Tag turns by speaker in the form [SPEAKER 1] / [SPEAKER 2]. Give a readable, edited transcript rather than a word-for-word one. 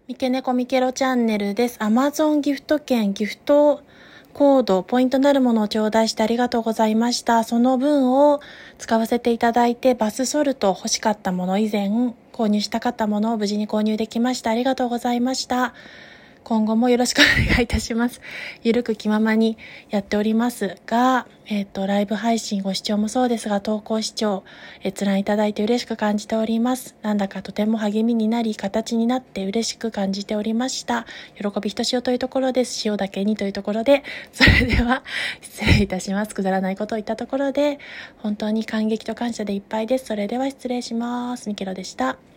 [SPEAKER 1] みけねこみけろチャンネルです。Amazon ギフト券、ギフトコード、ポイントになるものを頂戴してありがとうございました。その分を使わせていただいて、バスソルト欲しかったもの、以前購入したかったものを無事に購入できました。ありがとうございました。今後もよろしくお願いいたします。ゆるく気ままにやっておりますが、ライブ配信ご視聴もそうですが、投稿視聴、閲覧いただいて嬉しく感じております。なんだかとても励みになり、形になって嬉しく感じておりました。喜びひとしおというところです。塩だけにというところで、それでは失礼いたします。くだらないことを言ったところで、本当に感激と感謝でいっぱいです。それでは失礼します。みけろでした。